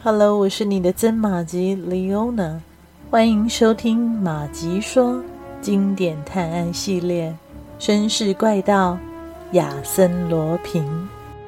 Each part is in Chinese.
Hello， 我是你的曾马吉 Leona， 欢迎收听马吉说经典探案系列，绅士怪盗亚森罗平。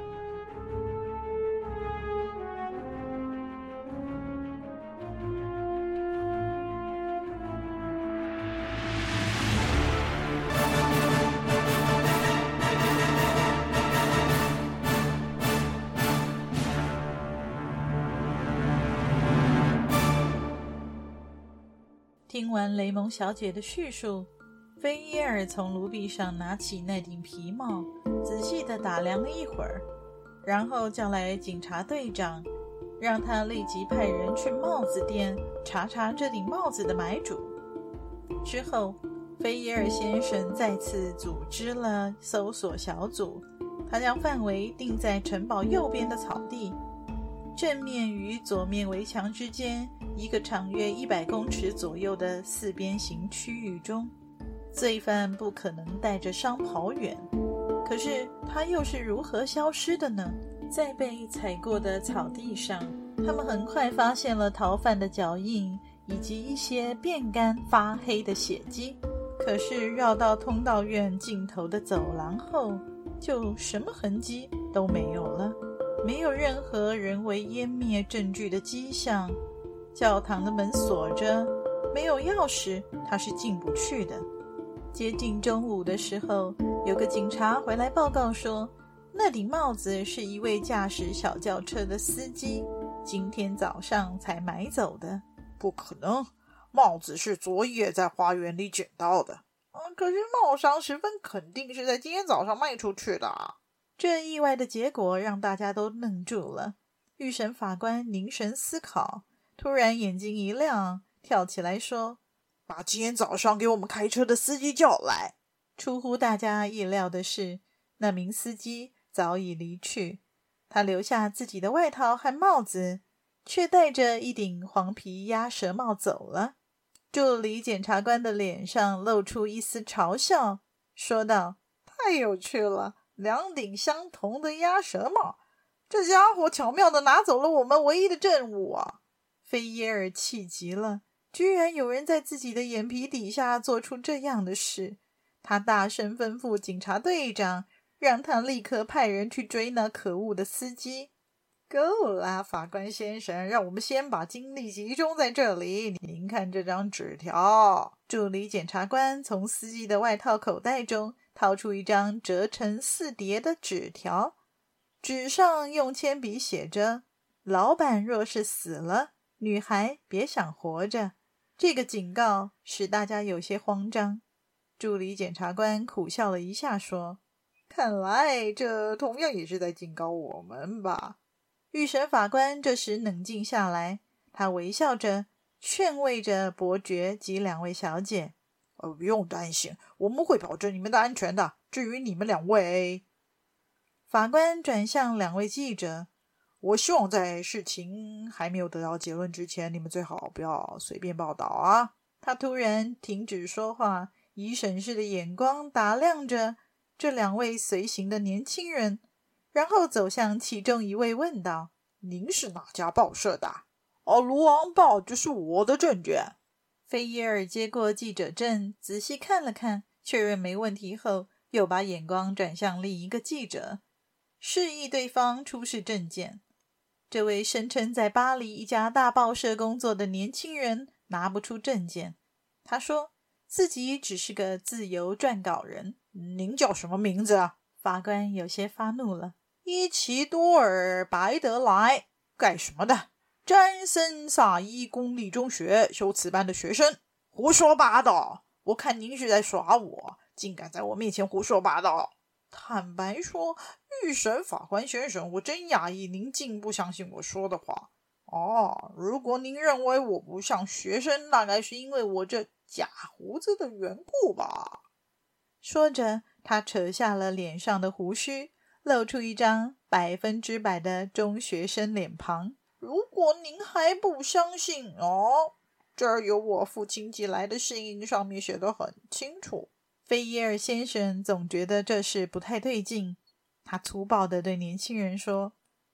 听完雷蒙小姐的叙述，菲耶尔从卢壁上拿起那顶皮帽，仔细地打量了一会儿，然后叫来警察队长，让他立即派人去帽子店查查这顶帽子的买主。之后，菲耶尔先生再次组织了搜索小组，他将范围定在城堡右边的草地，正面与左面围墙之间一个长约100公尺左右的四边形区域中。罪犯不可能带着伤跑远，可是他又是如何消失的呢？在被踩过的草地上，他们很快发现了逃犯的脚印以及一些变干发黑的血迹。可是绕到通道院尽头的走廊后，就什么痕迹都没有了，没有任何人为湮灭证据的迹象。教堂的门锁着，没有钥匙，他是进不去的。接近中午的时候，有个警察回来报告说，那顶帽子是一位驾驶小轿车的司机今天早上才买走的。 不可能，帽子是昨夜在花园里捡到的。可是帽商十分肯定是在今天早上卖出去的。 这意外的结果让大家都愣住了。预审法官凝神思考，突然眼睛一亮，跳起来说， 把今天早上给我们开车的司机叫来。 出乎大家意料的是，那名司机早已离去，他留下自己的外套和帽子，却戴着一顶黄皮鸭舌帽走了。助理检察官的脸上露出一丝嘲笑，说道， 太有趣了，2顶相同的鸭舌帽，这家伙巧妙地拿走了我们唯一的证物啊！ 菲耶尔气极了，居然有人在自己的眼皮底下做出这样的事。他大声吩咐警察队长，让他立刻派人去追那可恶的司机。 够了，法官先生，让我们先把精力集中在这里。您看这张纸条。 助理检察官从司机的外套口袋中掏出一张折成4叠的纸条，纸上用铅笔写着，老板若是死了，女孩别想活着。这个警告使大家有些慌张。助理检察官苦笑了一下说， 看来这同样也是在警告我们吧。 预审法官这时冷静下来，他微笑着劝慰着伯爵及2位小姐， 不用担心，我们会保证你们的安全的。至于你们2位， 法官转向2位记者， 我希望在事情还没有得到结论之前，你们最好不要随便报道啊。 他突然停止说话，以审视的眼光打量着这2位随行的年轻人，然后走向其中一位问道， 您是哪家报社的？卢昂报，这是我的证件。 菲耶尔接过记者证，仔细看了看，确认没问题后，又把眼光转向另一个记者，示意对方出示证件。这位声称在巴黎一家大报社工作的年轻人拿不出证件，他说自己只是个自由撰稿人。 您叫什么名字啊？ 法官有些发怒了。 伊奇多尔·白德莱。干什么的？詹森萨伊公立中学修辞班的学生。胡说八道！我看您是在耍我，竟敢在我面前胡说八道。坦白说，预审法官先生，我真讶异您竟不相信我说的话。如果您认为我不像学生，大概是因为我这假胡子的缘故吧。 说着，他扯下了脸上的胡须，露出一张100%的中学生脸庞。 如果您还不相信这儿有我父亲寄来的信，上面写得很清楚。 菲耶尔先生总觉得这事不太对劲，他粗暴地对年轻人说，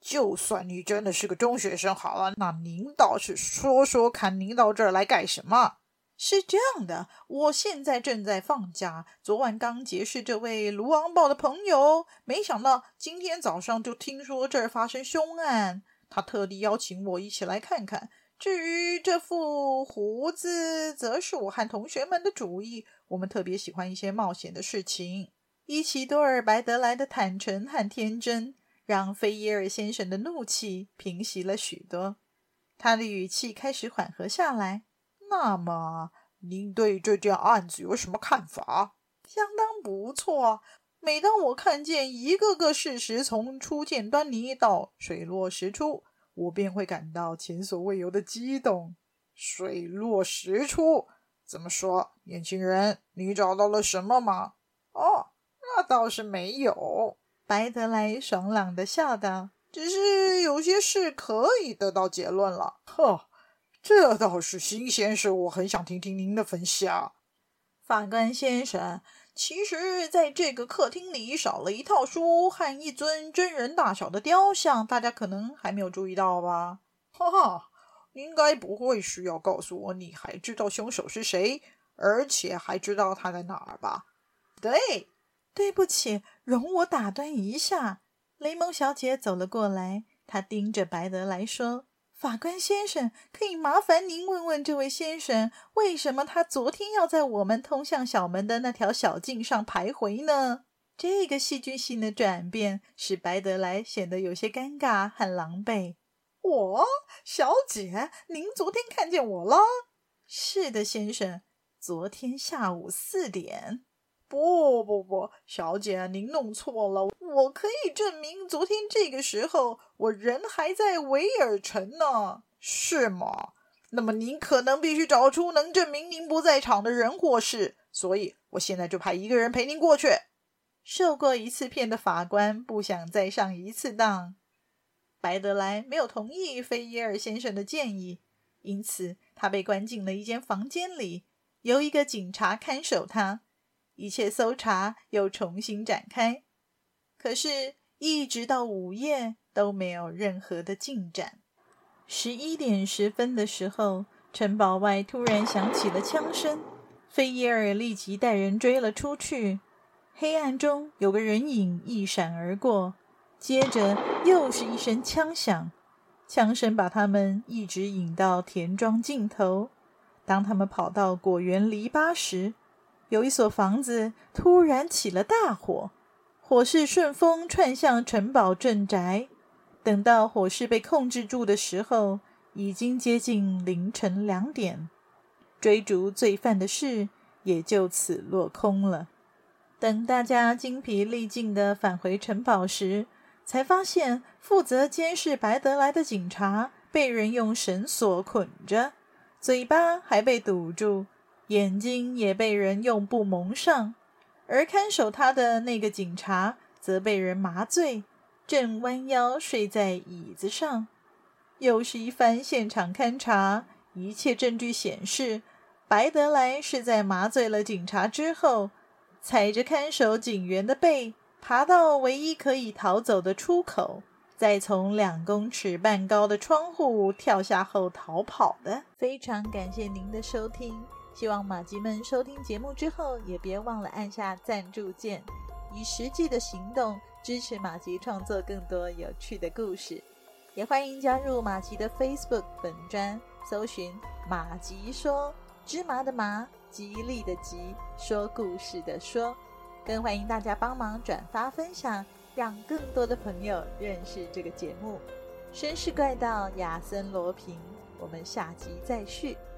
就算你真的是个中学生好了，那您倒是说说看，您到这儿来干什么？是这样的，我现在正在放假，昨晚刚结识这位卢昂豹的朋友，没想到今天早上就听说这儿发生凶案，他特地邀请我一起来看看。至于这副胡子，则是我和同学们的主意，我们特别喜欢一些冒险的事情。伊奇多尔·白德莱的坦诚和天真让菲耶尔先生的怒气平息了许多，他的语气开始缓和下来。那么，您对这件案子有什么看法？相当不错。每当我看见一个个事实从初见端倪到水落石出，我便会感到前所未有的激动。水落石出？怎么说，年轻人，你找到了什么吗？哦，那倒是没有。白德莱爽朗地笑道，只是有些事可以得到结论了。呵，这倒是新鲜事，我很想听听您的分享。法官先生，其实在这个客厅里少了一套书和一尊真人大小的雕像，大家可能还没有注意到吧？哈哈，应该不会需要告诉我你还知道凶手是谁，而且还知道他在哪儿吧？对不起，容我打断一下。雷蒙小姐走了过来，她盯着白德莱说，法官先生，可以麻烦您问问这位先生，为什么他昨天要在我们通向小门的那条小径上徘徊呢？这个戏剧性的转变使白德莱显得有些尴尬和狼狈。我，小姐，您昨天看见我了？是的，先生，昨天下午4点。不，小姐，您弄错了。我可以证明，昨天这个时候，我人还在维尔城呢。是吗？那么您可能必须找出能证明您不在场的人或事，所以我现在就派一个人陪您过去。受过一次骗的法官不想再上一次当。白德莱没有同意菲耶尔先生的建议，因此他被关进了一间房间里，由一个警察看守他。一切搜查又重新展开，可是一直到午夜都没有任何的进展。11点10分的时候，城堡外突然响起了枪声，菲耶尔立即带人追了出去。黑暗中有个人影一闪而过，接着又是一声枪响，枪声把他们一直引到田庄尽头。当他们跑到果园篱笆时，有一所房子突然起了大火，火势顺风窜向城堡镇宅。等到火势被控制住的时候，已经接近凌晨2点，追逐罪犯的事也就此落空了。等大家精疲力尽地返回城堡时，才发现负责监视白德莱的警察被人用绳索捆着，嘴巴还被堵住，眼睛也被人用布蒙上，而看守他的那个警察则被人麻醉，正弯腰睡在椅子上。又是一番现场勘查，一切证据显示，白德莱是在麻醉了警察之后，踩着看守警员的背，爬到唯一可以逃走的出口，再从2公尺半高的窗户跳下后逃跑的。非常感谢您的收听，希望马吉们收听节目之后也别忘了按下赞助键，以实际的行动支持马吉创作更多有趣的故事。也欢迎加入马吉的 Facebook 本专，搜寻马吉说，芝麻的麻，吉利的吉，说故事的说。更欢迎大家帮忙转发分享，让更多的朋友认识这个节目。绅士怪盗亚森罗平，我们下集再续。